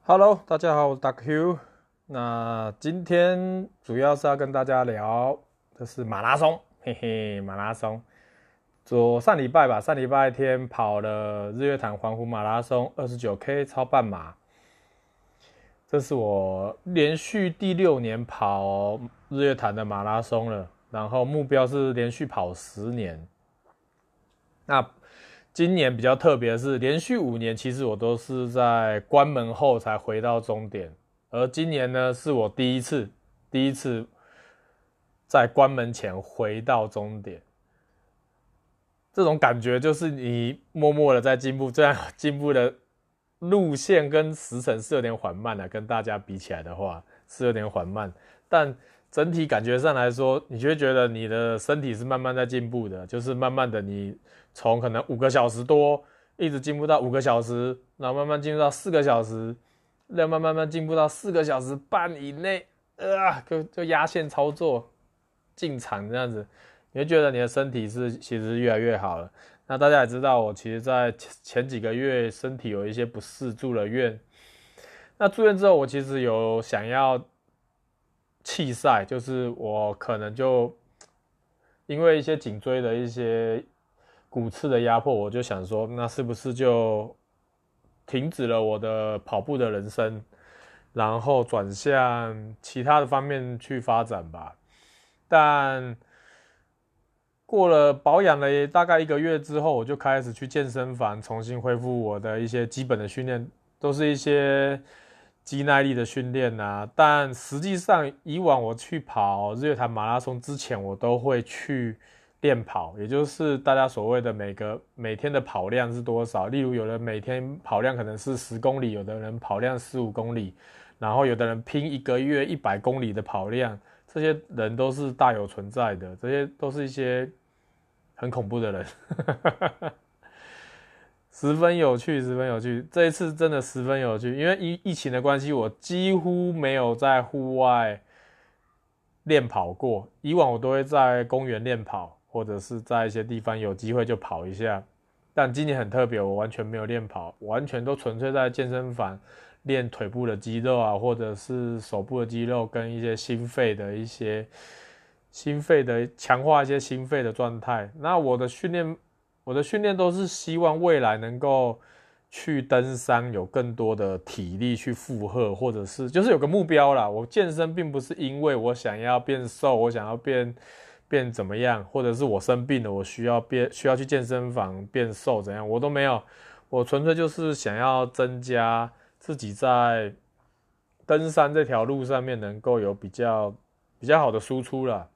Hello，大家好，我是 Q。那今天主要是要跟大家聊的是马拉松，嘿嘿，马拉松。上礼拜吧，上礼拜天跑了日月潭环湖马拉松29K 超半马，这是我连续第6年跑日月潭的马拉松了，然后目标是连续跑10年。那今年比较特别的是，连续5年其实我都是在关门后才回到终点，而今年呢是我第一次在关门前回到终点。这种感觉就是你默默的在进步，这样进步的路线跟时程是有点缓慢的，跟大家比起来的话是有点缓慢，但整体感觉上来说，你就会觉得你的身体是慢慢在进步的，就是慢慢的你从可能5个小时多一直进步到5个小时，然后慢慢进入到4个小时，再慢慢进步到4个小时半以内，就压线操作进场这样子，你会觉得你的身体其实越来越好了。那大家也知道，我其实在前几个月身体有一些不适，住了院。那住院之后，我其实有想要弃赛，就是我可能就因为一些颈椎的一些骨刺的压迫，我就想说，那是不是就停止了我的跑步的人生，然后转向其他的方面去发展吧。但过了保养了大概1个月之后，我就开始去健身房重新恢复我的一些基本的训练，都是一些肌耐力的训练啊。但实际上以往我去跑日月潭马拉松之前，我都会去练跑，也就是大家所谓的每天的跑量是多少。例如有人每天跑量可能是10公里，有的人跑量15公里，然后有的人拼1个月100公里的跑量，这些人都是大有存在的，这些都是一些很恐怖的人十分有趣，十分有趣。这一次真的十分有趣，因为疫情的关系，我几乎没有在户外练跑过。以往我都会在公园练跑，或者是在一些地方有机会就跑一下。但今年很特别，我完全没有练跑，完全都纯粹在健身房练腿部的肌肉啊，或者是手部的肌肉，跟一些心肺的强化一些心肺的状态。那我的训练都是希望未来能够去登山，有更多的体力去负荷，或者是就是有个目标啦。我健身并不是因为我想要变瘦，我想要变怎么样，或者是我生病了，我需要去健身房变瘦怎样，我都没有。我纯粹就是想要增加自己在登山这条路上面能够有比较好的输出啦。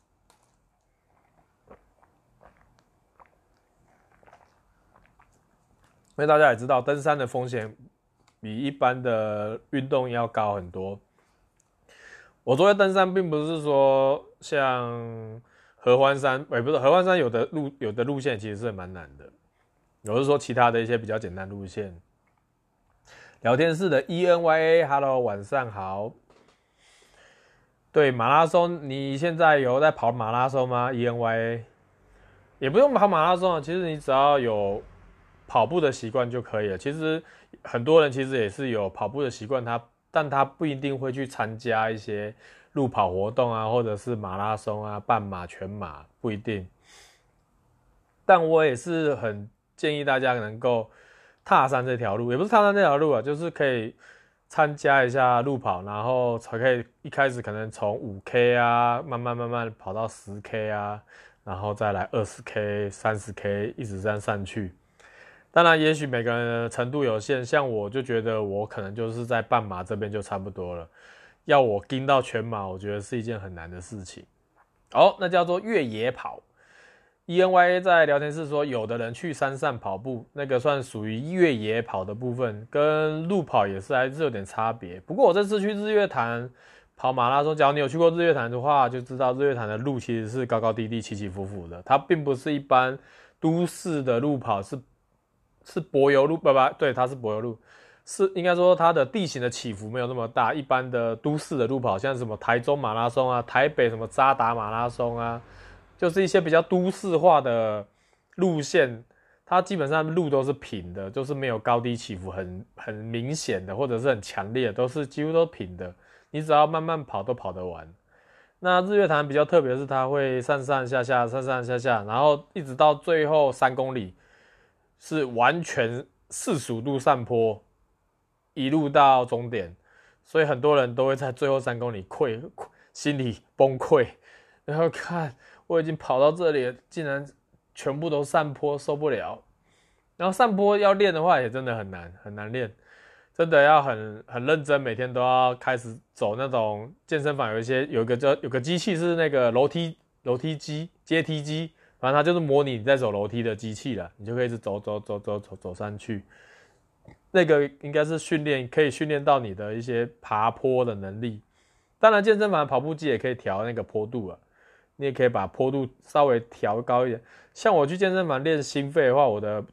因为大家也知道，登山的风险比一般的运动要高很多。我说的登山，并不是说像合欢山，不是合欢山有的路线其实是蛮难的。我是说其他的一些比较简单路线。聊天室的 ENYA，Hello， 晚上好。对，马拉松，你现在有在跑马拉松吗 ？ENYA 也不用跑马拉松啊，其实你只要有跑步的习惯就可以了。其实很多人其实也是有跑步的习惯，但他不一定会去参加一些路跑活动啊，或者是马拉松啊、半马、全马，不一定。但我也是很建议大家能够踏上这条路，也不是踏上这条路啊，就是可以参加一下路跑，然后才可以一开始可能从5K 啊，慢慢跑到10K 啊，然后再来20K、30K，一直这样上去。当然，也许每个人的程度有限，像我就觉得我可能就是在半马这边就差不多了。要我跟到全马，我觉得是一件很难的事情。那叫做越野跑。ENYA 在聊天室说，有的人去山上跑步，那个算属于越野跑的部分，跟路跑也是还是有点差别。不过我这次去日月潭跑马拉松，假如你有去过日月潭的话，就知道日月潭的路其实是高高低低、起起伏伏的，它并不是一般都市的路跑，是柏油路，对，它是柏油路，是应该说它的地形的起伏没有那么大。一般的都市的路跑，像什么台中马拉松啊、台北什么渣打马拉松啊，就是一些比较都市化的路线， 它基本上路都是平的，就是没有高低起伏很明显的，或者是很强烈的，几乎都平的，你只要慢慢跑都跑得完。那日月潭比较特别的是，它会上上下下，上上下下，然后一直到最后3公里是完全45度上坡，一路到终点，所以很多人都会在最后3公里心里崩溃，然后看我已经跑到这里了，竟然全部都上坡，受不了。然后上坡要练的话，也真的很难练。真的要很认真，每天都要开始走那种健身房有个机器是那个楼梯机、阶梯机，反正它就是模拟你在走楼梯的机器啦，你就可以一直走上去。那个应该是可以训练到你的一些爬坡的能力。当然，健身房的跑步机也可以调那个坡度啊，你也可以把坡度稍微调高一点。像我去健身房练心肺的话，我的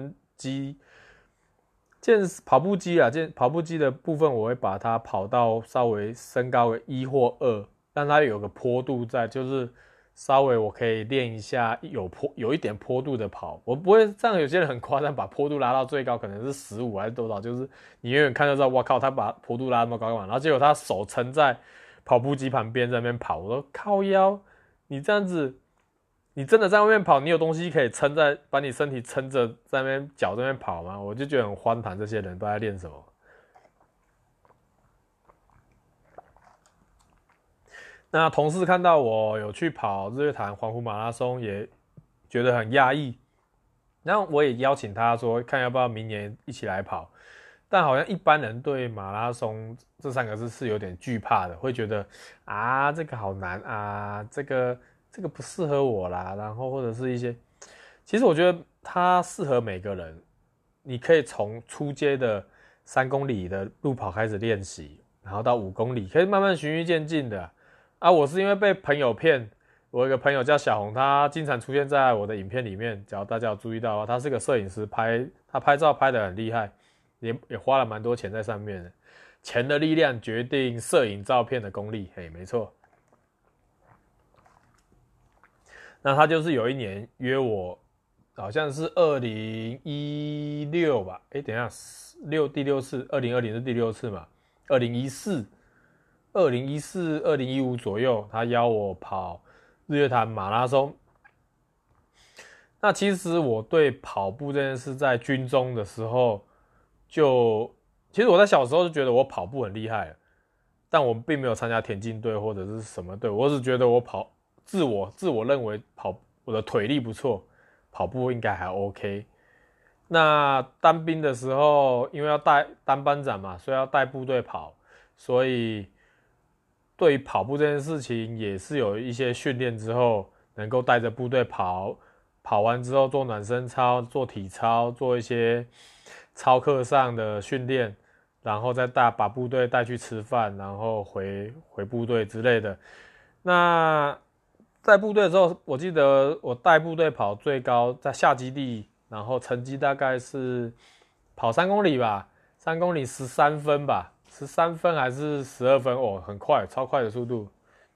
跑步机的部分，我会把它跑到稍微升高为1或2，让它有个坡度在，就是稍微我可以练一下有一点坡度的跑。我不会像有些人很夸张，把坡度拉到最高，可能是15还是多少，就是你远远看就知道，哇靠，他把坡度拉那么高干嘛？然后结果他手撑在跑步机旁边在那边跑，我说靠腰，你这样子。你真的在外面跑，你有东西可以把你身体撑着在那边脚在那边跑吗？我就觉得很荒唐，这些人都在练什么？那同事看到我有去跑日月潭环湖马拉松，也觉得很讶异。然后我也邀请他说，看要不要明年一起来跑。但好像一般人对马拉松这3个字是有点惧怕的，会觉得啊这个好难啊，这个不适合我啦，然后或者是一些，其实我觉得它适合每个人。你可以从初阶的3公里的路跑开始练习，然后到5公里，可以慢慢循序渐进的。啊，我是因为被朋友骗，我有一个朋友叫小红，他经常出现在我的影片里面，只要大家有注意到，他是个摄影师，他拍照拍得很厉害，也花了蛮多钱在上面的。钱的力量决定摄影照片的功力，嘿，没错。那他就是有一年约我，好像是2016吧？等一下，第6次，2020是第6次嘛？2014、2015左右，他邀我跑日月潭马拉松。那其实我对跑步这件事，在军中的时候其实我在小时候就觉得我跑步很厉害，但我并没有参加田径队或者是什么队，我只觉得我自我认为我的腿力不错，跑步应该还 OK。那当兵的时候，因为要当班长嘛，所以要带部队跑，所以对于跑步这件事情也是有一些训练之后，能够带着部队跑完之后做暖身操、做体操、做一些操课上的训练，然后再把部队带去吃饭，然后回部队之类的。那在部队的时候，我记得我带部队跑最高在下基地，然后成绩大概是跑3公里吧，3公里13分吧，13分还是12分哦，很快，超快的速度。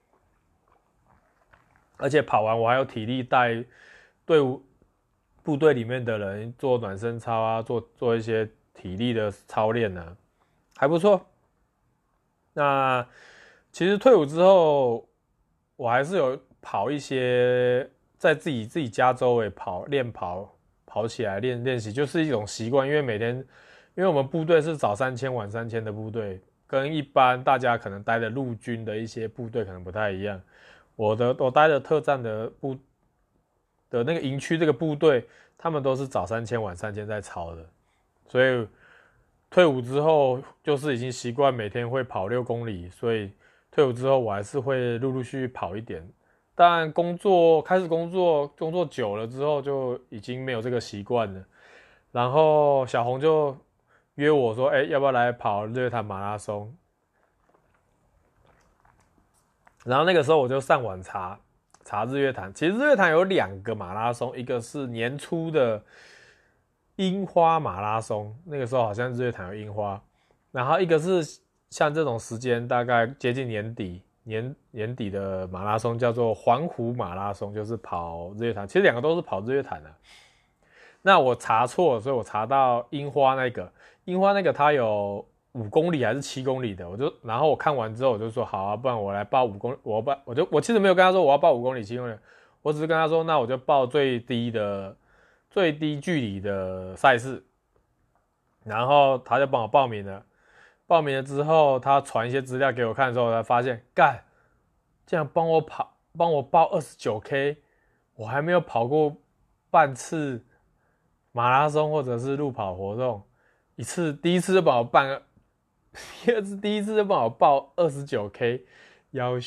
而且跑完我还有体力带部队里面的人做暖身操啊，做一些体力的操练啊，还不错。那其实退伍之后，我还是有跑一些在自己家周围跑起来练习，就是一种习惯。因为因为我们部队是早3000晚3000的部队，跟一般大家可能待的陆军的一些部队可能不太一样。我待的特战的那个营区这个部队，他们都是早3000晚3000在操的，所以退伍之后就是已经习惯每天会跑6公里，所以退伍之后我还是会陆续跑一点。但开始工作久了之后，就已经没有这个习惯了。然后小红就约我说：“要不要来跑日月潭马拉松？”然后那个时候我就上网查日月潭。其实日月潭有2个马拉松，一个是年初的樱花马拉松，那个时候好像日月潭有樱花，然后一个是像这种时间大概接近年底的马拉松，叫做环湖马拉松，就是跑日月潭。其实2个都是跑日月潭的。 那我查错了，所以我查到樱花那个它有5公里还是7公里的，然后我看完之后我就说好啊，不然我来报5公里，我其实没有跟他说我要报5公里7公里，我只是跟他说那我就报最低距离的赛事，然后他就帮我报名了。报名了之后，他传一些资料给我看的时候，我才发现，竟然帮我报29K，我还没有跑过半次马拉松或者是路跑活动，第一次就帮我办了，第一次就帮我报29K，要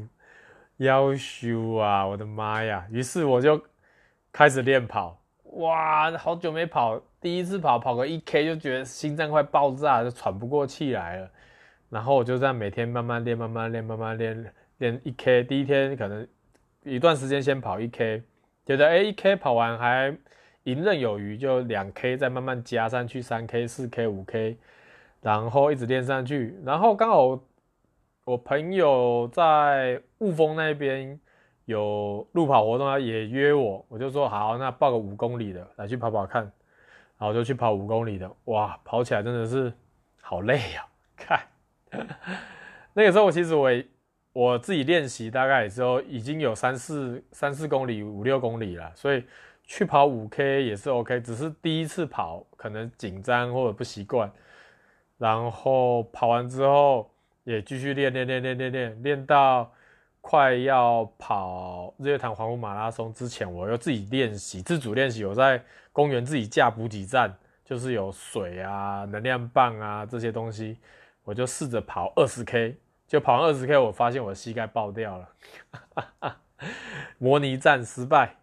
羞啊！我的妈呀！于是我就开始练跑，哇，好久没跑，第一次跑个1K 就觉得心脏快爆炸，就喘不过气来了。然后我就这样每天慢慢练练1K，第一天可能一段时间先跑1K，觉得1K 跑完还游刃有余，就2K 再慢慢加上去，3K、4K、5K，然后一直练上去。然后刚好我朋友在雾峰那边有路跑活动，也约我，我就说好，那报个5公里的来去跑跑看，然后就去跑5公里的，哇，跑起来真的是好累啊！看那个时候，其实我自己练习大概也之后已经有3、4公里、5、6公里了，所以去跑5K 也是 OK， 只是第一次跑可能紧张或者不习惯，然后跑完之后也继续练到快要跑日月潭环湖马拉松之前，我又自己自主练习，我在公园自己架补给站，就是有水啊、能量棒啊这些东西，我就试着跑20K， 就跑完20K， 我发现我的膝盖爆掉了，模拟战失败。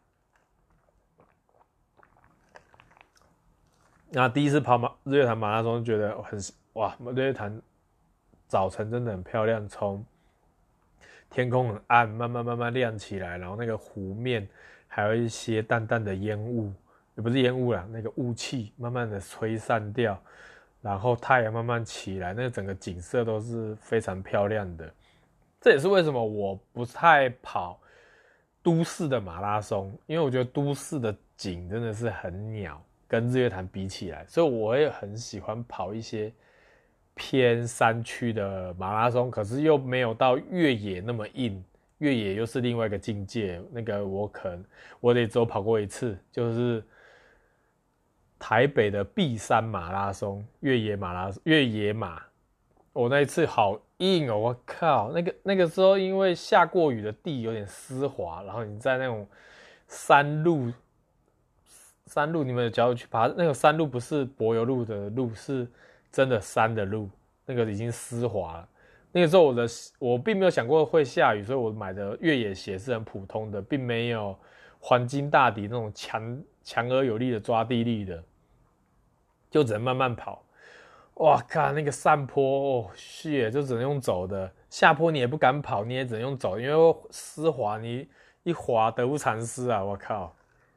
那第一次跑日月潭马拉松，觉得哇，日月潭早晨真的很漂亮，从天空很暗，慢慢亮起来，然后那个湖面还有一些淡淡的烟雾，也不是烟雾啦，那个雾气慢慢的吹散掉，然后太阳慢慢起来，那个整个景色都是非常漂亮的。这也是为什么我不太跑都市的马拉松，因为我觉得都市的景真的是很鸟，跟日月潭比起来，所以我也很喜欢跑一些偏山区的马拉松，可是又没有到越野那么硬，越野又是另外一个境界。那个我得只有跑过一次，就是台北的碧山马拉松，越野马，我那一次好硬哦，我靠，那个时候因为下过雨的地有点湿滑，然后你在那种山路，你们只要去爬那个山路，不是柏油路的路，是真的山的路，那个已经湿滑了。那个时候我并没有想过会下雨，所以我买的越野鞋是很普通的，并没有黄金大底那种强而有力的抓地力的，就只能慢慢跑。哇靠，那个上坡哦，就只能用走的，下坡你也不敢跑，你也只能用走，因为湿滑，你一滑得不偿失啊！我靠。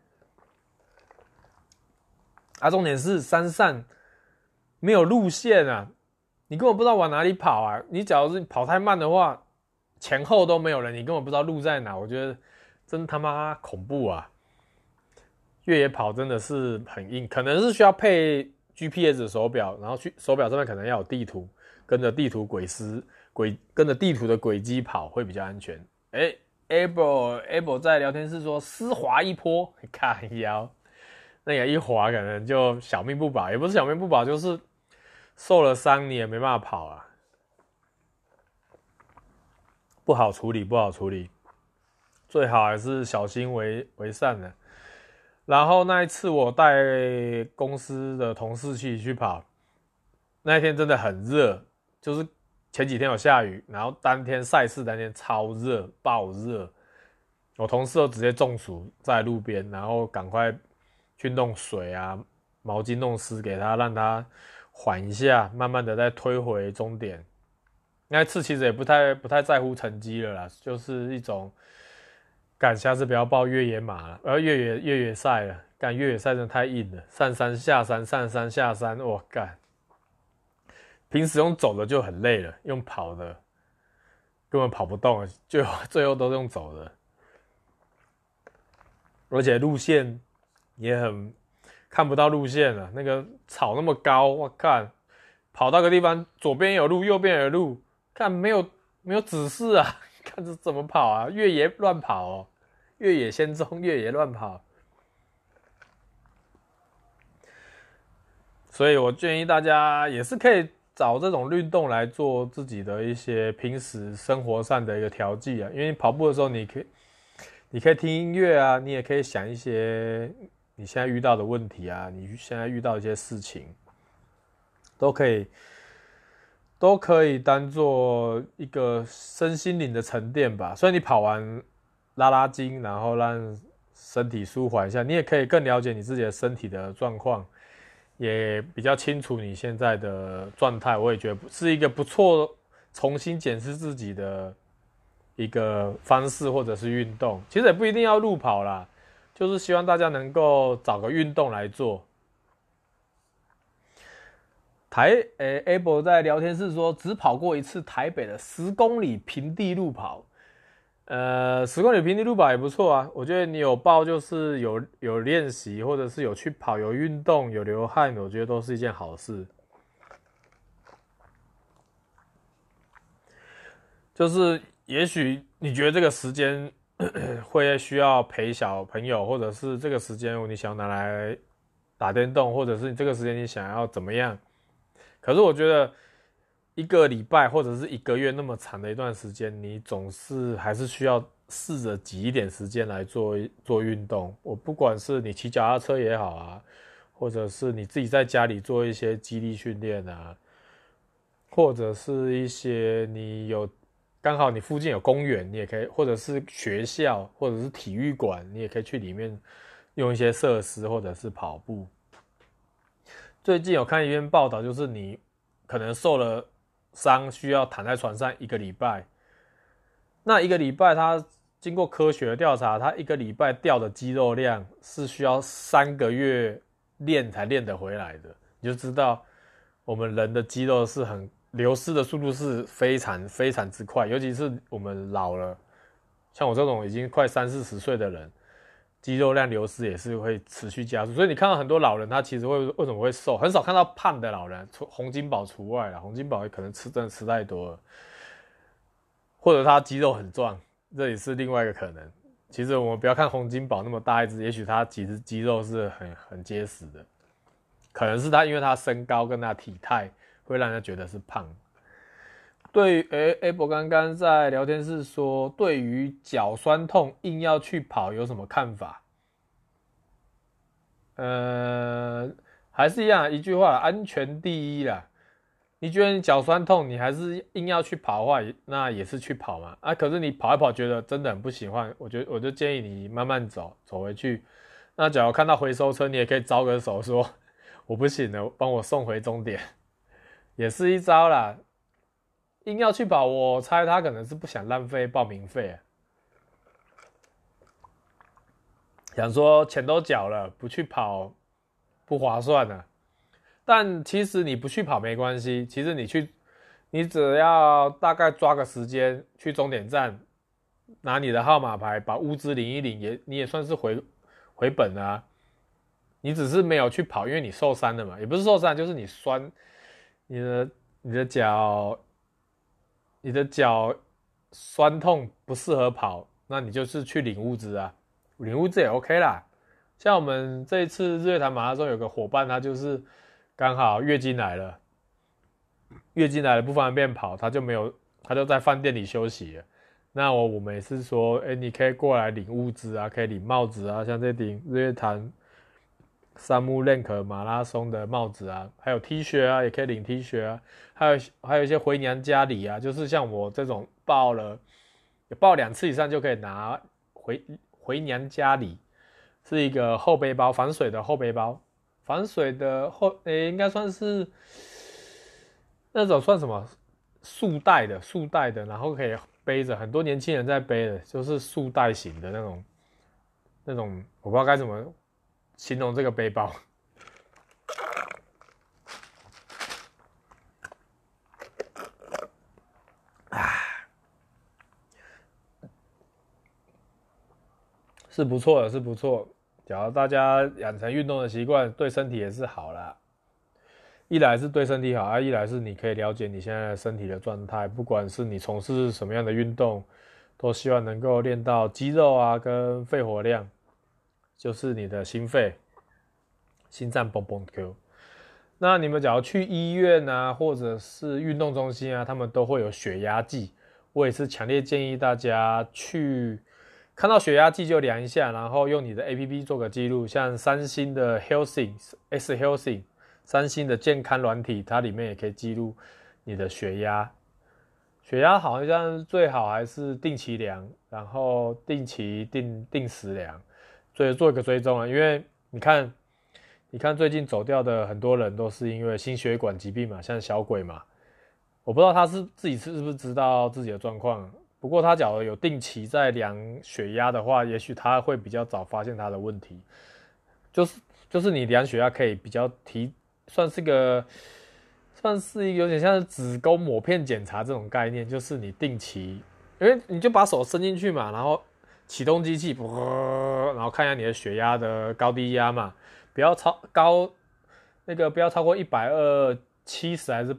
重点是山上没有路线啊，你根本不知道往哪里跑啊。你假如是跑太慢的话，前后都没有人，你根本不知道路在哪。我觉得真他妈恐怖啊！越野跑真的是很硬，可能是需要配 GPS 的手表，然后手表上面可能要有地图，跟着地图的轨迹跑会比较安全。Able 在聊天室说湿滑一波，看腰。那个一滑可能就小命不保，也不是小命不保，就是受了伤你也没办法跑啊，不好处理，最好还是小心为善的。然后那一次我带公司的同事去跑，那一天真的很热，就是前几天有下雨，然后赛事当天超热，爆热，我同事都直接中暑在路边，然后赶快去弄水啊，毛巾弄湿给他，让他缓一下，慢慢的再推回终点。那一次其实也不太在乎成绩了啦，就是一种下次不要报越野马了，越野赛了，越野赛真的太硬了，上山下山，上山下山，我干，平时用走的就很累了，用跑的根本跑不动，就最后都是用走的，而且路线也很看不到路线了，那个草那么高，我看跑到个地方，左边有路，右边有路，看没有指示啊，看这怎么跑啊？越野乱跑哦，越野先锋，越野乱跑。所以我建议大家也是可以找这种运动来做自己的一些平时生活上的一个调剂啊，因为跑步的时候你可以听音乐啊，你也可以想一些你现在遇到的问题啊，你现在遇到一些事情，都可以当做一个身心灵的沉淀吧。所以你跑完拉筋，然后让身体舒缓一下，你也可以更了解你自己的身体的状况，也比较清楚你现在的状态。我也觉得是一个不错重新检视自己的一个方式或者是运动。其实也不一定要路跑啦，就是希望大家能够找个运动来做。Able 在聊天室说，只跑过一次台北的10公里平地路跑。10公里平地路跑也不错啊。我觉得你有报就是有练习，或者是有去跑、有运动、有流汗，我觉得都是一件好事。就是也许你觉得这个时间会需要陪小朋友，或者是这个时间你想要拿来打电动，或者是这个时间你想要怎么样？可是我觉得1个礼拜或者是1个月那么长的一段时间，你总是还是需要试着挤一点时间来做运动。我不管是你骑脚踏车也好啊，或者是你自己在家里做一些肌力训练啊，或者是一些刚好你附近有公园，你也可以，或者是学校，或者是体育馆，你也可以去里面用一些设施，或者是跑步。最近有看一篇报道，就是你可能受了伤，需要躺在床上1个礼拜。那1个礼拜，他经过科学的调查，他1个礼拜掉的肌肉量是需要3个月练才练得回来的。你就知道我们人的肌肉是流失的速度是非常非常之快，尤其是我们老了，像我这种已经快30-40岁的人，肌肉量流失也是会持续加速。所以你看到很多老人，他其实为什么会瘦，很少看到胖的老人，洪金宝除外啦。洪金宝可能真的吃太多了，或者他肌肉很壮，这也是另外一个可能。其实我们不要看洪金宝那么大一只，也许他其实肌肉是很结实的，可能是他因为他身高跟他体态会让人家觉得是胖。对于Apple 刚刚在聊天室说，对于脚酸痛硬要去跑有什么看法？还是一样一句话，安全第一啦。你觉得你脚酸痛，你还是硬要去跑的话，那也是去跑嘛。可是你跑一跑觉得真的很不喜欢，我就建议你慢慢走回去。那假如看到回收车，你也可以招个手说我不行了，帮我送回终点，也是一招啦。硬要去跑，我猜他可能是不想浪费报名费，想说钱都缴了，不去跑不划算啊。但其实你不去跑没关系，其实你只要大概抓个时间去终点站拿你的号码牌，把物资领一领，你也算是回本了啊。你只是没有去跑，因为你受伤了嘛，也不是受伤，就是你酸，你的脚酸痛不适合跑，那你就是去领物资啊，领物资也 OK 啦。像我们这一次日月潭马拉松有个伙伴，他就是刚好月经来了不方便跑，他就在饭店里休息了。那我们也是说，你可以过来领物资啊，可以领帽子啊，像这顶日月潭山木 Link 马拉松的帽子啊，还有 T 恤啊，也可以领 T 恤啊，还有一些回娘家礼啊，就是像我这种报2次以上就可以拿回娘家礼，是一个后背包，防水的后背包，防水的应该算是那种算什么束带的，然后可以背着，很多年轻人在背的，就是束带型的那种，我不知道该怎么形容这个背包。是不错的，是不错。 假如大家养成运动的习惯，对身体也是好啦。一来是对身体好，一来是你可以了解你现在身体的状态，不管是你从事什么样的运动，都希望能够练到肌肉啊跟肺活量，就是你的心肺、心脏蹦蹦跳。那你们假如去医院啊，或者是运动中心啊，他们都会有血压计。我也是强烈建议大家去看到血压计就量一下，然后用你的 APP 做个记录，像三星的 Healthy、S Healthy， 三星的健康软体，它里面也可以记录你的血压。血压好像最好还是定期量，然后定期定时量，所以做一个追踪啊。因为你看最近走掉的很多人都是因为心血管疾病嘛，像小鬼嘛，我不知道他是自己是不是知道自己的状况。不过他假如有定期在量血压的话，也许他会比较早发现他的问题。就是你量血压可以比较算是一个有点像是子宫抹片检查这种概念，就是你定期，因为你就把手伸进去嘛，然后启动机器，然后看一下你的血压的高低压嘛。不要超过120/70还是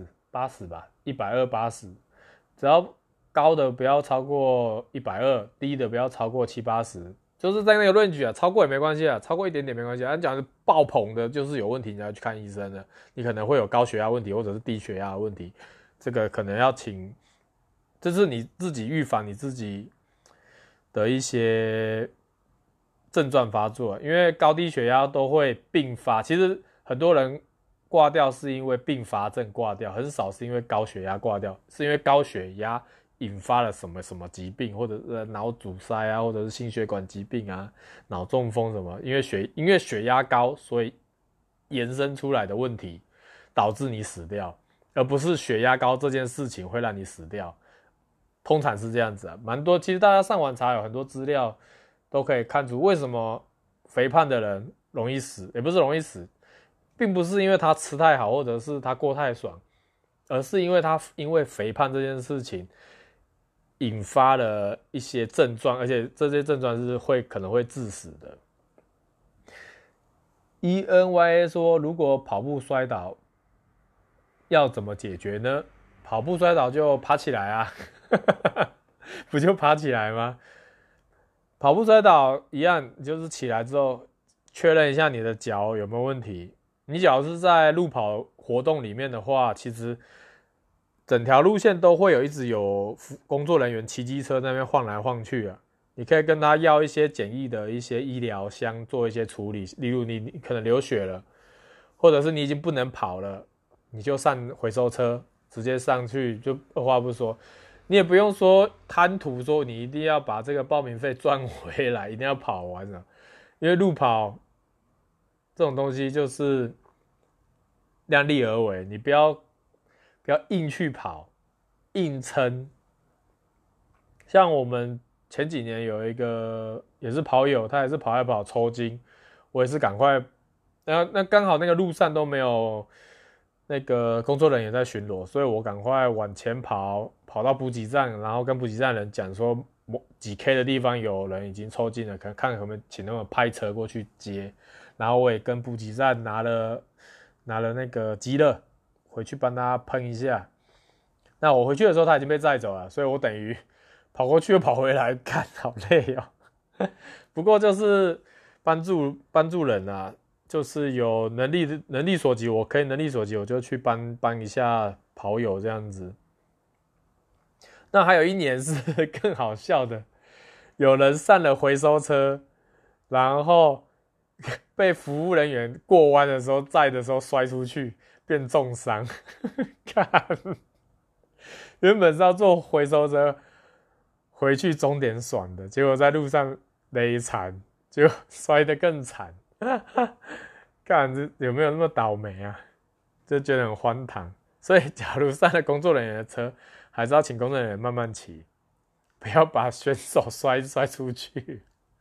80吧，120/80，只要高的不要超过120，低的不要超过70-80，就是在那个range啊，超过也没关系啊，超过一点点没关系啊。讲是爆棚的，就是有问题，你要去看医生的，你可能会有高血压问题或者是低血压的问题，这个可能要这是你自己预防你自己的一些症状发作，因为高低血压都会并发。其实很多人挂掉是因为并发症挂掉，很少是因为高血压挂掉，是因为高血压引发了什么疾病，或者是脑阻塞啊，或者是心血管疾病啊，脑中风什么，因为血压高，所以延伸出来的问题导致你死掉，而不是血压高这件事情会让你死掉。通常是这样子啊，蛮多。其实大家上网查有很多资料都可以看出为什么肥胖的人容易死，也不是容易死，并不是因为他吃太好或者是他过太爽，而是因为肥胖这件事情引发了一些症状，而且这些症状是可能会致死的。ENYA 说，如果跑步摔倒要怎么解决呢？跑步摔倒就爬起来啊不就爬起来吗？跑步摔倒一样，就是起来之后确认一下你的脚有没有问题。你脚是在路跑活动里面的话，其实整条路线都会一直有工作人员骑机车在那边晃来晃去啊。你可以跟他要一些简易的一些医疗箱做一些处理，例如你可能流血了，或者是你已经不能跑了，你就上回收车，直接上去，就二话不说。你也不用说贪图说你一定要把这个报名费赚回来，一定要跑完了，因为路跑这种东西就是量力而为，你不要硬去跑，硬撑。像我们前几年有一个也是跑友，他也是跑一跑抽筋，我也是赶快，那刚好那个路上都没有那个工作人员在巡逻，所以我赶快往前跑到补给站，然后跟补给站人讲说几 K 的地方有人已经抽筋了，看可不可以请他们派车过去接，然后我也跟补给站拿了那个鸡肋回去帮他喷一下。那我回去的时候他已经被载走了，所以我等于跑过去又跑回来，看好累哦。不过就是帮助人啊，就是有能力所及，我可以能力所及，我就去帮一下跑友这样子。那还有一年是更好笑的，有人上了回收车，然后被服务人员过弯的时候载的时候摔出去，变重伤。看，原本是要坐回收车回去终点爽的，结果在路上累惨，结果摔得更惨。看这有没有那么倒霉啊？就觉得很荒唐。所以，假如上了工作人员的车，还是要请工作人员慢慢骑，不要把选手摔出去。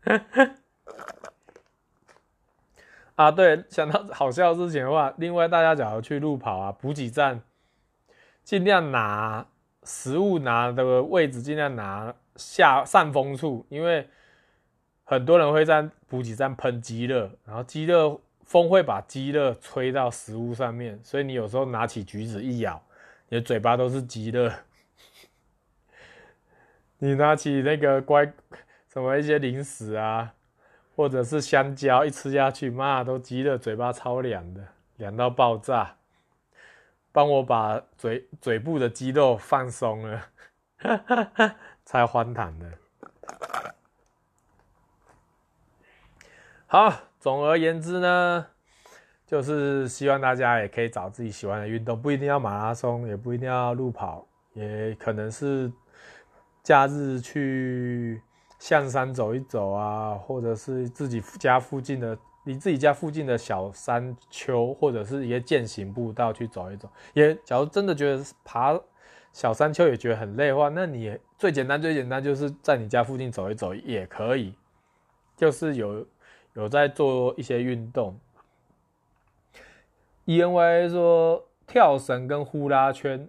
啊，对，想到好笑的事情的话，另外大家假如去路跑啊，补给站尽量拿食物拿的位置，尽量拿上风处，因为很多人会在补给站喷鸡肋，然后风会把鸡肋吹到食物上面，所以你有时候拿起橘子一咬，你的嘴巴都是鸡肋。你拿起那个什么一些零食啊，或者是香蕉，一吃下去，妈都鸡肋，嘴巴超凉的，凉到爆炸。帮我把嘴部的肌肉放松了，才荒唐的。好，总而言之呢，就是希望大家也可以找自己喜欢的运动，不一定要马拉松，也不一定要路跑，也可能是假日去象山走一走啊，或者是离自己家附近的小山丘，或者是一些健行步道去走一走。也假如真的觉得爬小山丘也觉得很累的话，那你最简单就是在你家附近走一走也可以，就是有在做一些运动。ENY 说跳绳跟呼啦圈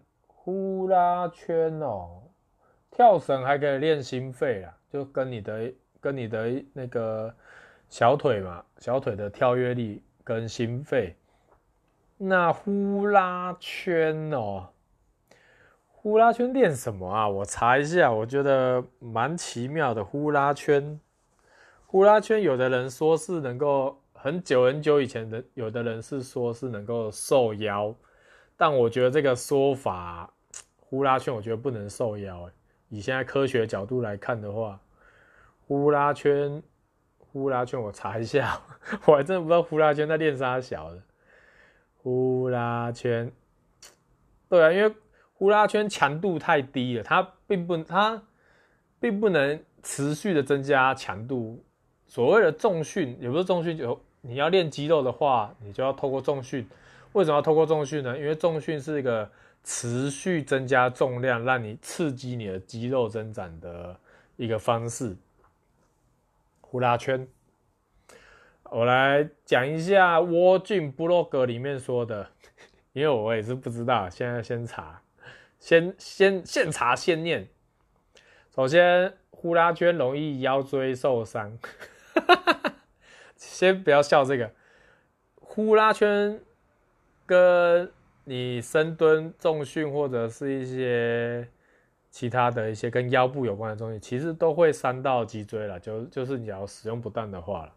哦，跳绳还可以练心肺啦，就跟你的那个小腿的跳跃力跟心肺。那呼啦圈哦，呼啦圈练什么啊？我查一下，我觉得蛮奇妙的。呼啦圈，有的人说是能够很久以前的，有的人是说是能够瘦腰，但我觉得这个说法，呼啦圈我觉得不能瘦腰。以现在科学角度来看的话，呼啦圈我查一下，我还真的不知道呼啦圈在练啥小的。呼啦圈，对啊，因为呼啦圈强度太低了，它并不能持续的增加强度。所谓的重训，也不是重训，你要练肌肉的话，你就要透过重训。为什么要透过重训呢？因为重训是一个持续增加重量，让你刺激你的肌肉增长的一个方式。呼啦圈，我来讲一下沃俊 blog 里面说的，因为我也是不知道，现在先查，现查现念。首先，呼啦圈容易腰椎受伤，先不要笑这个。呼啦圈跟你深蹲、重训或者是一些其他的一些跟腰部有关的东西，其实都会伤到脊椎了，就是你要使用不当的话了。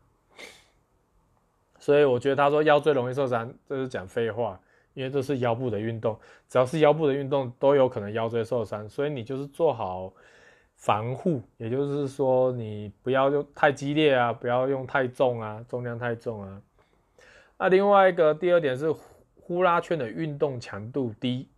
所以我觉得他说腰椎容易受伤，这是讲废话，因为这是腰部的运动，只要是腰部的运动都有可能腰椎受伤，所以你就是做好防护，也就是说你不要用太激烈啊，不要用太重啊，重量太重啊。那另外一个第二点是呼啦圈的运动强度低，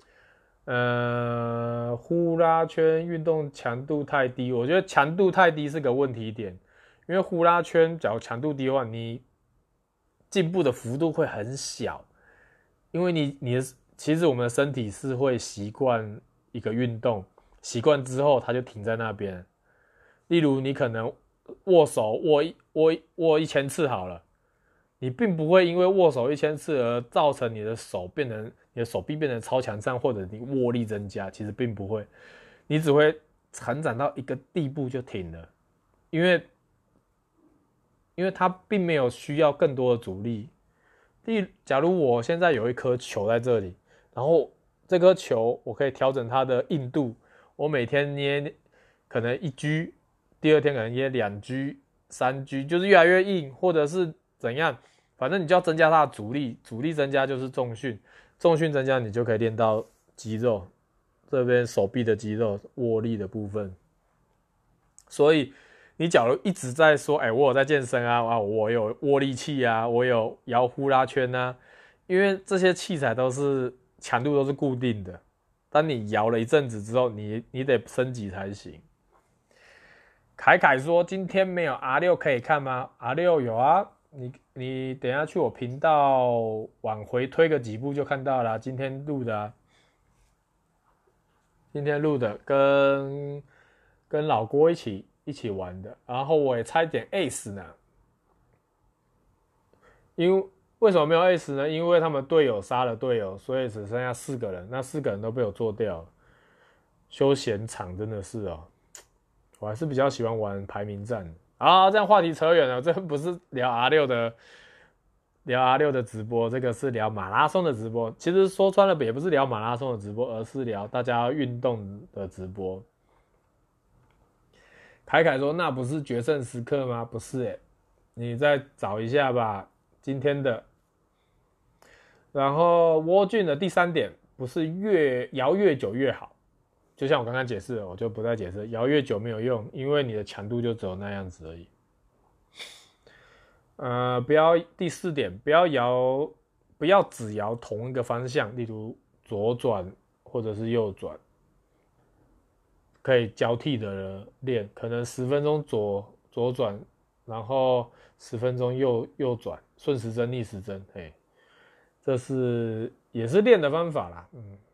呼啦圈运动强度太低，我觉得强度太低是个问题点，因为呼啦圈假如强度低的话，你进步的幅度会很小，因为其实我们的身体是会习惯一个运动，习惯之后它就停在那边。例如你可能握手握1000次好了，你并不会因为握手1000次而造成你的手臂变成超强壮，或者你握力增加，其实并不会，你只会成长到一个地步就停了，因为它并没有需要更多的阻力。假如我现在有一颗球在这里，然后这颗球我可以调整它的硬度，我每天捏可能1G，第二天可能捏2G、3G，就是越来越硬，或者是怎样，反正你就要增加它的阻力，阻力增加就是重训，重训增加你就可以练到肌肉，这边手臂的肌肉握力的部分。所以你假如一直在说，我有在健身啊，我有握力器啊，我有摇呼啦圈啊，因为这些器材强度都是固定的，当你摇了一阵子之后，你得升级才行。凯凯说今天没有 R6 可以看吗？ R6 有啊，你等一下去我频道往回推个几步就看到了，今天录的啊，今天录的跟老郭一起玩的，然后我也差一点 ace 呢。为什么没有 ace 呢？因为他们队友杀了队友，所以只剩下4个人，那4个人都被我做掉了。休闲场真的是哦，我还是比较喜欢玩排名战。 好，这样话题扯远了，这不是聊 R6的直播，这个是聊马拉松的直播。其实说穿了也不是聊马拉松的直播，而是聊大家运动的直播。凯凯说：“那不是决胜时刻吗？不是欸，你再找一下吧，今天的。然后蜗苣的第3点，不是摇越久越好。就像我刚刚解释的，我就不再解释，摇越久没有用，因为你的强度就只有那样子而已。第4点，不要只摇同一个方向，例如左转或者是右转，可以交替的练，可能10分钟左转，然后10分钟右转，顺时针逆时针，这也是练的方法啦。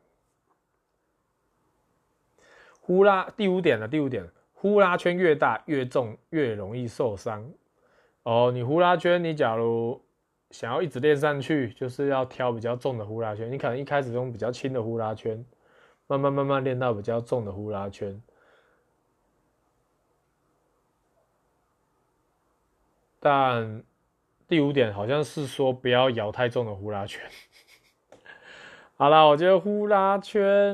第5点，呼啦圈越大越重，越容易受伤。你呼啦圈，你假如想要一直练上去，就是要挑比较重的呼啦圈。你可能一开始用比较轻的呼啦圈，慢慢练到比较重的呼啦圈。但第5点好像是说不要摇太重的呼啦圈。好啦，我觉得呼啦圈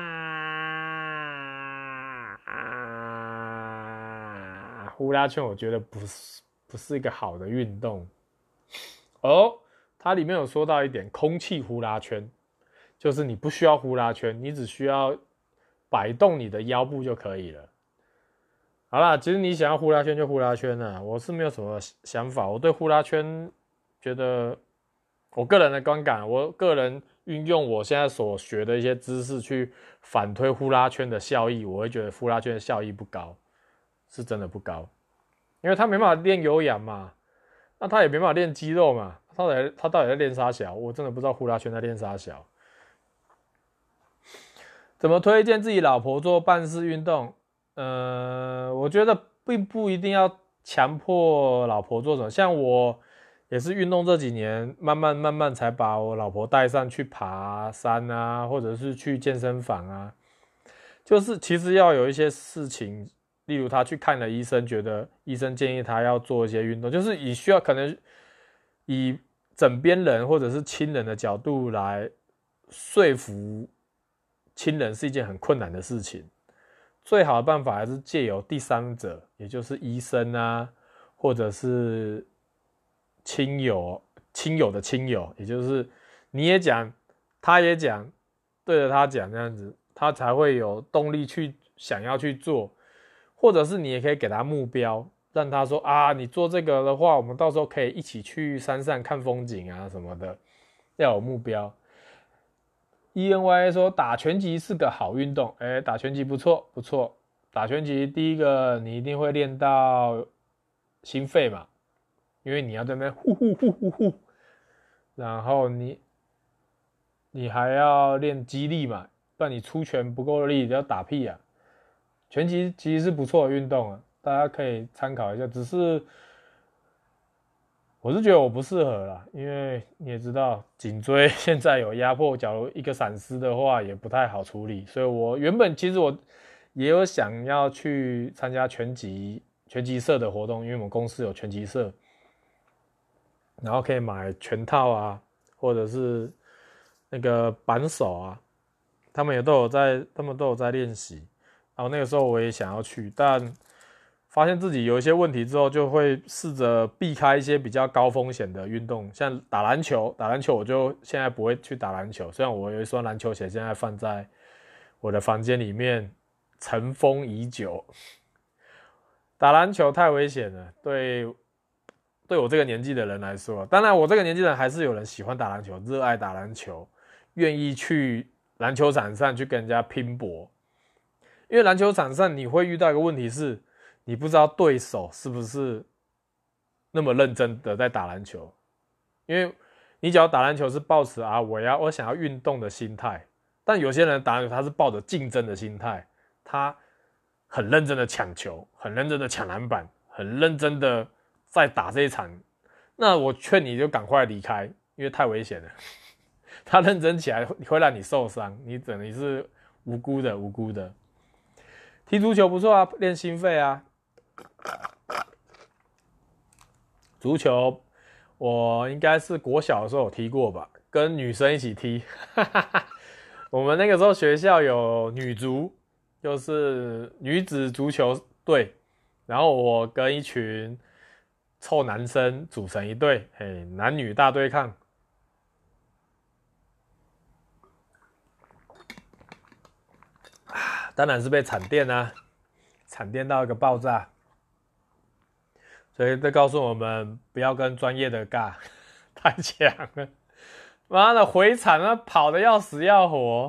呼啦圈我觉得不是一个好的运动。它里面有说到一点，空气呼啦圈，就是你不需要呼啦圈，你只需要摆动你的腰部就可以了。好啦，其实你想要呼啦圈就呼啦圈啦，我是没有什么想法。我对呼啦圈觉得，我个人的观感，我个人运用我现在所学的一些知识去反推呼啦圈的效益，我会觉得呼啦圈的效益不高，是真的不高，因为他没办法练有氧嘛，那他也没办法练肌肉嘛，他到底在练啥小？我真的不知道呼啦圈在练啥小。怎么推荐自己老婆做伴式运动？我觉得并不一定要强迫老婆做什么，像我也是运动这几年，慢慢才把我老婆带上去爬山啊，或者是去健身房啊。就是其实要有一些事情，例如他去看了医生，觉得医生建议他要做一些运动，就是可能以枕边人或者是亲人的角度来说服亲人是一件很困难的事情。最好的办法还是借由第三者，也就是医生啊，或者是亲友的亲友，也就是你也讲，他也讲，对着他讲，这样子他才会有动力去想要去做，或者是你也可以给他目标，让他说啊，你做这个的话，我们到时候可以一起去山上看风景啊什么的，要有目标。ENY 说打拳击是个好运动，打拳击不错不错。打拳击第一个你一定会练到心肺嘛，因为你要在那边呼呼呼呼呼，然后你还要练肌力嘛，不然你出拳不够力，要打屁啊。拳击其实是不错的运动啊，大家可以参考一下，只是我是觉得我不适合啦，因为你也知道颈椎现在有压迫，假如一个闪失的话也不太好处理，所以我原本其实我也有想要去参加拳击社的活动，因为我们公司有拳击社，然后可以买拳套啊，或者是那个扳手啊，他们都有在练习，然后那个时候我也想要去，但发现自己有一些问题之后，就会试着避开一些比较高风险的运动，像打篮球我就现在不会去打篮球，虽然我有一双篮球鞋现在放在我的房间里面尘封已久。打篮球太危险了，对我这个年纪的人来说，当然我这个年纪的人还是有人喜欢打篮球，热爱打篮球，愿意去篮球场上去跟人家拼搏，因为篮球场上你会遇到一个问题是，你不知道对手是不是那么认真的在打篮球，因为你只要打篮球是抱持我想要运动的心态，但有些人打篮球他是抱着竞争的心态，他很认真的抢球，很认真的抢篮板，很认真的在打这一场，那我劝你就赶快离开，因为太危险了。他认真起来会让你受伤，你等于是无辜的。踢足球不错啊，练心肺啊。 足球我应该是国小的时候有踢过吧，跟女生一起踢。我们那个时候学校有女足，就是女子足球队，然后我跟一群臭男生组成一队，男女大对抗。当然是被惨电啊，惨电到一个爆炸。所以这告诉我们不要跟专业的尬，太强了。妈的回场啊，跑得要死要活。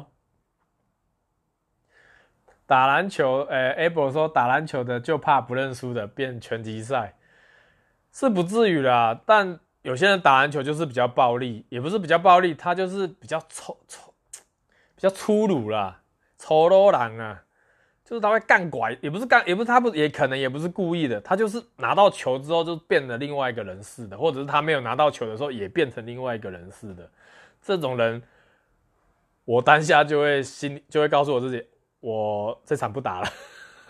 打篮球，Abel 说打篮球的就怕不认输的变拳击赛，是不至于啦。但有些人打篮球就是比较暴力，也不是比较暴力，他就是比较比较粗鲁啦，丑陋人啊。就是他会干拐，也不是他不也可能也不是故意的，他就是拿到球之后就变了另外一个人似的，或者是他没有拿到球的时候也变成另外一个人似的。这种人，我当下就会告诉我自己，我这场不打了。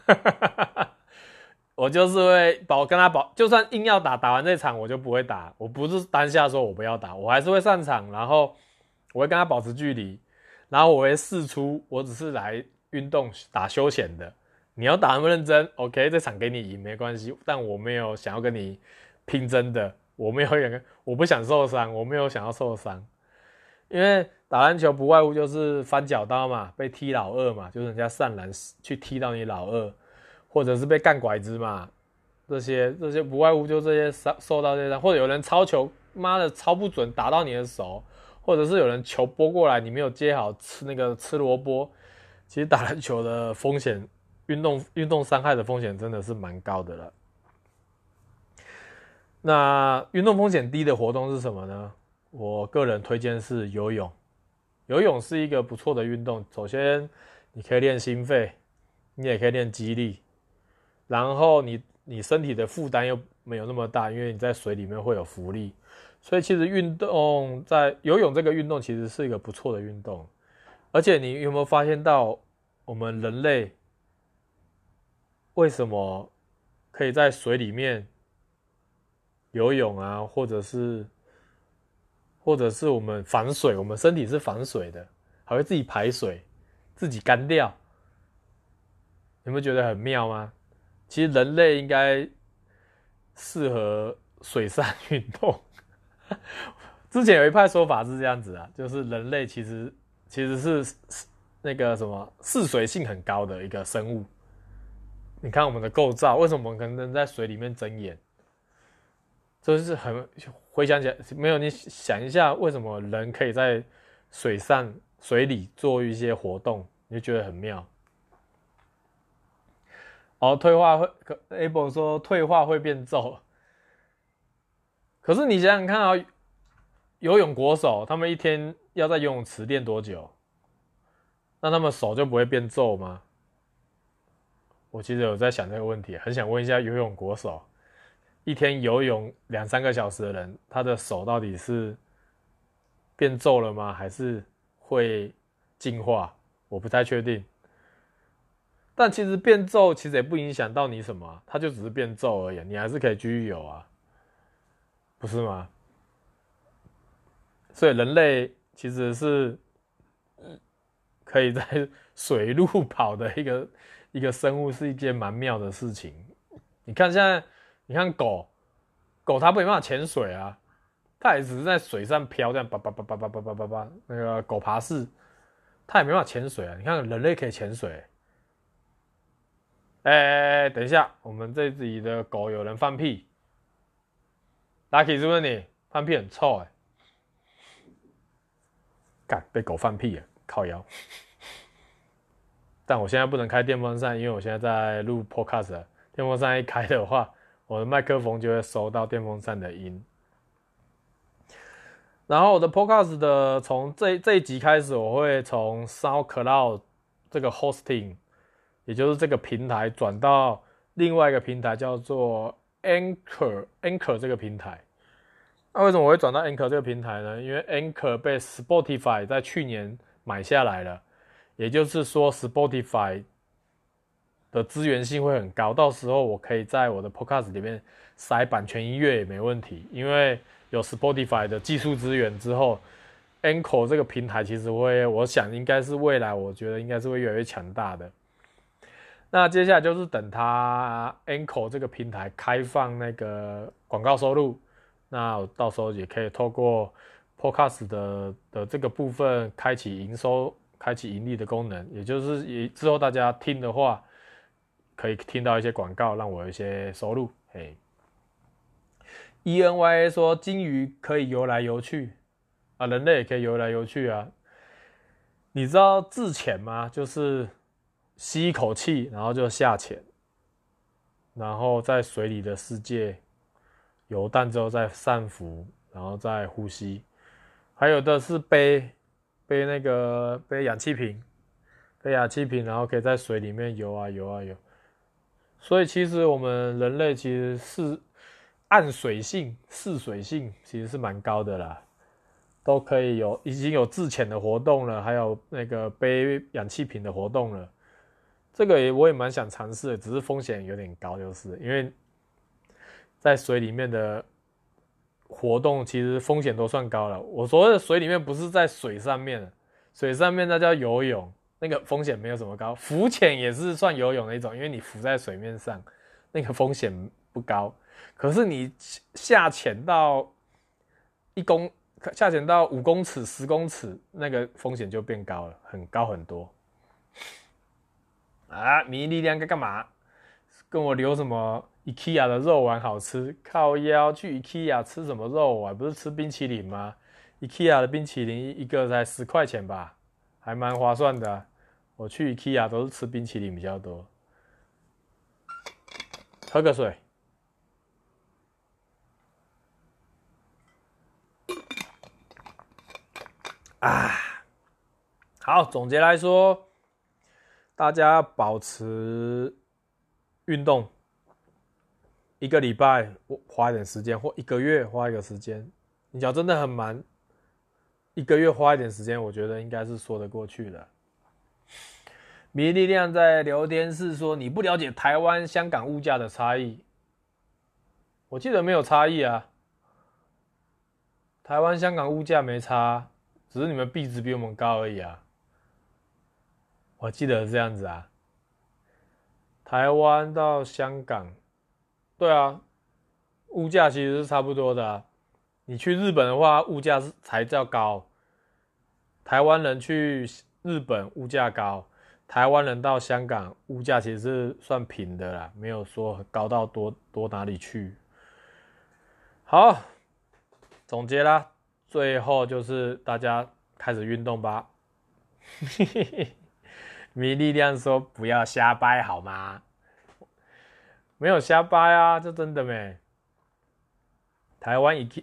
我就是会跟他保，就算硬要打，打完这场我就不会打。我不是当下说我不要打，我还是会上场，然后我会跟他保持距离，然后我会释出我只是来运动打休闲的，你要打那么认真 ，OK， 这场给你赢没关系，但我没有想要跟你拼真的，我不想受伤，我没有想要受伤，因为打篮球不外乎就是翻脚刀嘛，被踢老二嘛，就是人家上篮去踢到你老二，或者是被干拐子嘛，这些不外乎就这些受到这些伤，或者有人抄球，妈的抄不准打到你的手，或者是有人球拨过来你没有接好，吃萝卜。其实打篮球的风险，运动伤害的风险真的是蛮高的了。那运动风险低的活动是什么呢？我个人推荐是游泳。游泳是一个不错的运动。首先，你可以练心肺，你也可以练肌力，然后你身体的负担又没有那么大，因为你在水里面会有浮力，所以其实游泳这个运动其实是一个不错的运动。而且你有没有发现到，我们人类为什么可以在水里面游泳啊，或者是我们防水，我们身体是防水的，还会自己排水，自己干掉，有没有觉得很妙吗？其实人类应该适合水上运动。之前有一派说法是这样子啊，就是人类其实是那个什么嗜水性很高的一个生物。你看我们的构造，为什么我们可能在水里面睁眼？就是很回想起来，没有你想一下，为什么人可以在水里做一些活动，你就觉得很妙。退化会 ，Abel 说退化会变皱。可是你想想看啊，游泳国手他们一天要在游泳池练多久？那他们手就不会变皱吗？我其实有在想这个问题，很想问一下游泳国手，一天游泳2-3个小时的人，他的手到底是变皱了吗？还是会进化？我不太确定。但其实变皱其实也不影响到你什么啊，它就只是变皱而已，你还是可以继续游啊，不是吗？所以人类其实是可以在水路跑的一个生物，是一件蛮妙的事情。你看现在，你看狗它没办法潜水啊，它也只是在水上漂，这样叭叭叭叭叭叭叭叭叭，那个狗爬式，它也没办法潜水啊。你看人类可以潜水。等一下，我们这里的狗有人放屁 ，Lucky 是不是你？放屁很臭干被狗放屁了，靠腰。但我现在不能开电风扇，因为我现在在录 podcast 了。电风扇一开的话，我的麦克风就会收到电风扇的音。然后我的 podcast 的从这一集开始，我会从 SoundCloud 这个 hosting， 也就是这个平台转到另外一个平台，叫做 Anchor 这个平台。那为什么我会转到 Anchor 这个平台呢？因为 Anchor 被 Spotify 在去年买下来了，也就是说 Spotify 的资源性会很高，到时候我可以在我的 Podcast 里面塞版权音乐也没问题，因为有 Spotify 的技术资源之后 ，Anchor 这个平台其实我想应该是未来，我觉得应该是会越来越强大的。那接下来就是等它 Anchor 这个平台开放那个广告收入，那我到时候也可以透过 Podcast 的这个部分开启营收、开启盈利的功能，也就是之后大家听的话，可以听到一些广告，让我有一些收入。嘿 ，ENYA 说金鱼可以游来游去啊，人类也可以游来游去啊。你知道自潜吗？就是吸一口气，然后就下潜，然后在水里的世界游荡之后再散浮，然后再呼吸。还有的是背氧气瓶，然后可以在水里面游啊游啊游。所以其实我们人类其实是暗水性、嗜水性其实是蛮高的啦，都可以已经有自潜的活动了，还有那个背氧气瓶的活动了。这个我也蛮想尝试的，只是风险有点高，就是因为在水里面的活动其实风险都算高了。我所谓的水里面不是在水上面，水上面那叫游泳，那个风险没有什么高。浮潜也是算游泳的一种，因为你浮在水面上，那个风险不高。可是你下潜到5公尺、10公尺，那个风险就变高了，很高很多。啊，迷力量该干嘛？跟我留什么 IKEA 的肉丸好吃？靠腰去 IKEA 吃什么肉丸？不是吃冰淇淋吗？ IKEA 的冰淇淋一个才10块钱吧，还蛮划算的啊。我去 IKEA 都是吃冰淇淋比较多。喝个水。啊，好，总结来说。大家保持运动，1个礼拜花一点时间，或1个月花一个时间。你脚真的很忙，1个月花一点时间，我觉得应该是说得过去的。迷力量在聊天室说你不了解台湾、香港物价的差异，我记得没有差异啊。台湾、香港物价没差，只是你们币值比我们高而已啊。我记得是这样子啊，台湾到香港，对啊，物价其实是差不多的啊。你去日本的话，物价才叫高。台湾人去日本物价高，台湾人到香港物价其实是算平的啦，没有说高到多哪里去。好，总结啦，最后就是大家开始运动吧。迷力量说不要瞎掰好吗？没有瞎掰啊，这真的没。台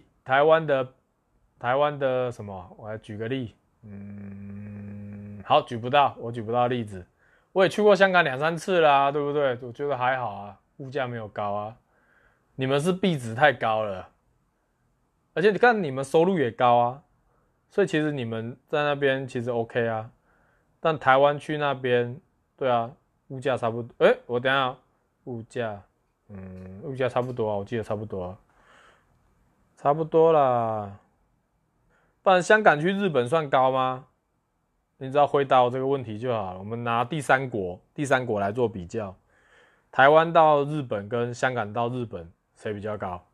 湾的什么？我来举个例。好，我举不到例子。我也去过香港2、3次啦，对不对？我觉得还好啊，物价没有高啊。你们是币值太高了，而且你看你们收入也高啊，所以其实你们在那边其实 OK 啊。但台湾去那边，对啊，物价差不多。我等一下物价差不多啊，我记得差不多啊，差不多啦。不然香港去日本算高吗？你只要回答我这个问题就好了。我们拿第三国来做比较，台湾到日本跟香港到日本谁比较高？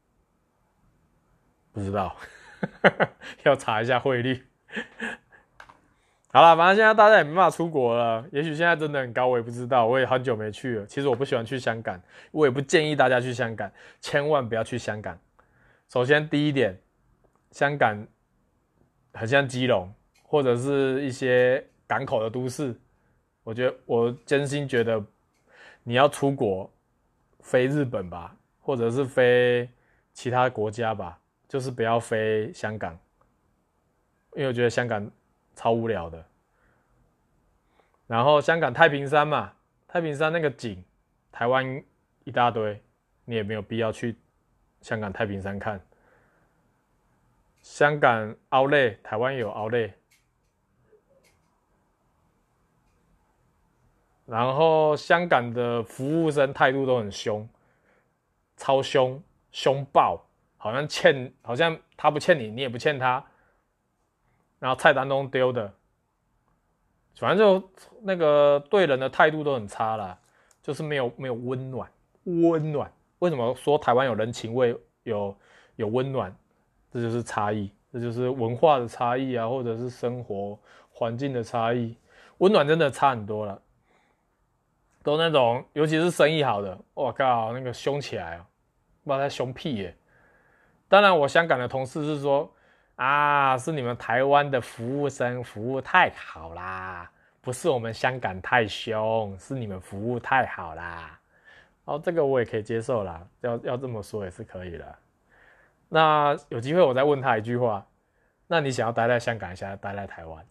不知道，要查一下汇率。好啦，反正现在大家也没办法出国了，也许现在真的很高，我也不知道，我也很久没去了。其实我不喜欢去香港，我也不建议大家去香港，千万不要去香港。首先第一点，香港很像基隆或者是一些港口的都市，我真心觉得你要出国，飞日本吧，或者是飞其他国家吧，就是不要飞香港，因为我觉得香港超无聊的。然后香港太平山嘛，太平山那个景，台湾一大堆，你也没有必要去香港太平山看。香港outlet，台湾也有outlet。 然后香港的服务生态度都很凶，超凶，凶爆，好像他不欠你，你也不欠他，然后菜单都丢的，反正就那个对人的态度都很差啦，就是没有温暖。为什么说台湾有人情味，有温暖？这就是差异，这就是文化的差异啊，或者是生活环境的差异。温暖真的差很多了，都那种，尤其是生意好的，我靠，那个凶起来哦，不知道在凶屁耶。当然，我香港的同事是说，啊，是你们台湾的服务生服务太好啦，不是我们香港太凶，是你们服务太好啦。然后这个我也可以接受啦，要这么说也是可以的。那有机会我再问他一句话，那你想要待在香港，还是想要待在台湾？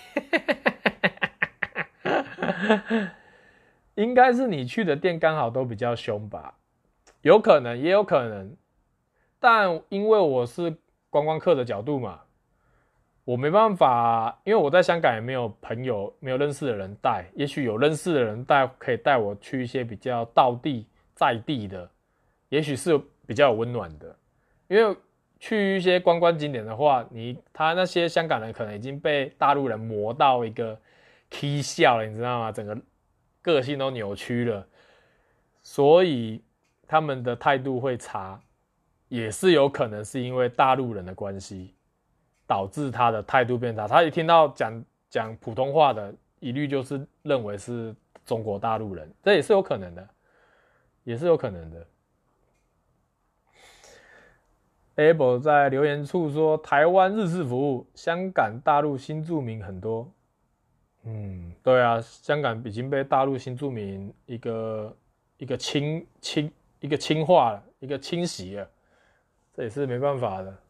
应该是你去的店刚好都比较凶吧，有可能，也有可能。但因为我是观光客的角度嘛，我没办法，因为我在香港也没有朋友，没有认识的人带。也许有认识的人带，可以带我去一些比较道地在地的，也许是比较有温暖的。因为去一些观光景点的话，他那些香港人可能已经被大陆人磨到一个 K 笑了，你知道吗？整个个性都扭曲了，所以他们的态度会差，也是有可能是因为大陆人的关系导致他的态度变差。他一听到讲普通话的，一律就是认为是中国大陆人，这也是有可能的，也是有可能的。Able 在留言处说，台湾日式服务，香港大陆新住民很多。对啊，香港已经被大陆新住民一个侵化了，一个侵袭了，这也是没办法的。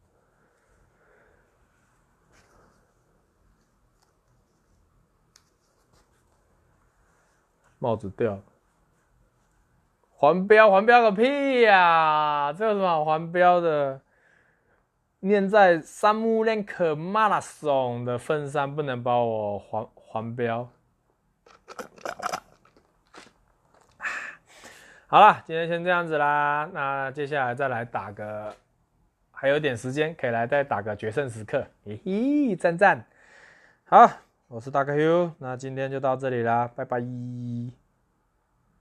帽子掉了，黄标个屁呀！这有什么好黄标的？念在山姆连克马拉松的份上，不能把我黄标。好啦，今天先这样子啦。那接下来再来打个，还有点时间，可以来再打个决胜时刻。嘿嘿，赞赞。好，我是大哥 Q，那今天就到这里啦，拜拜。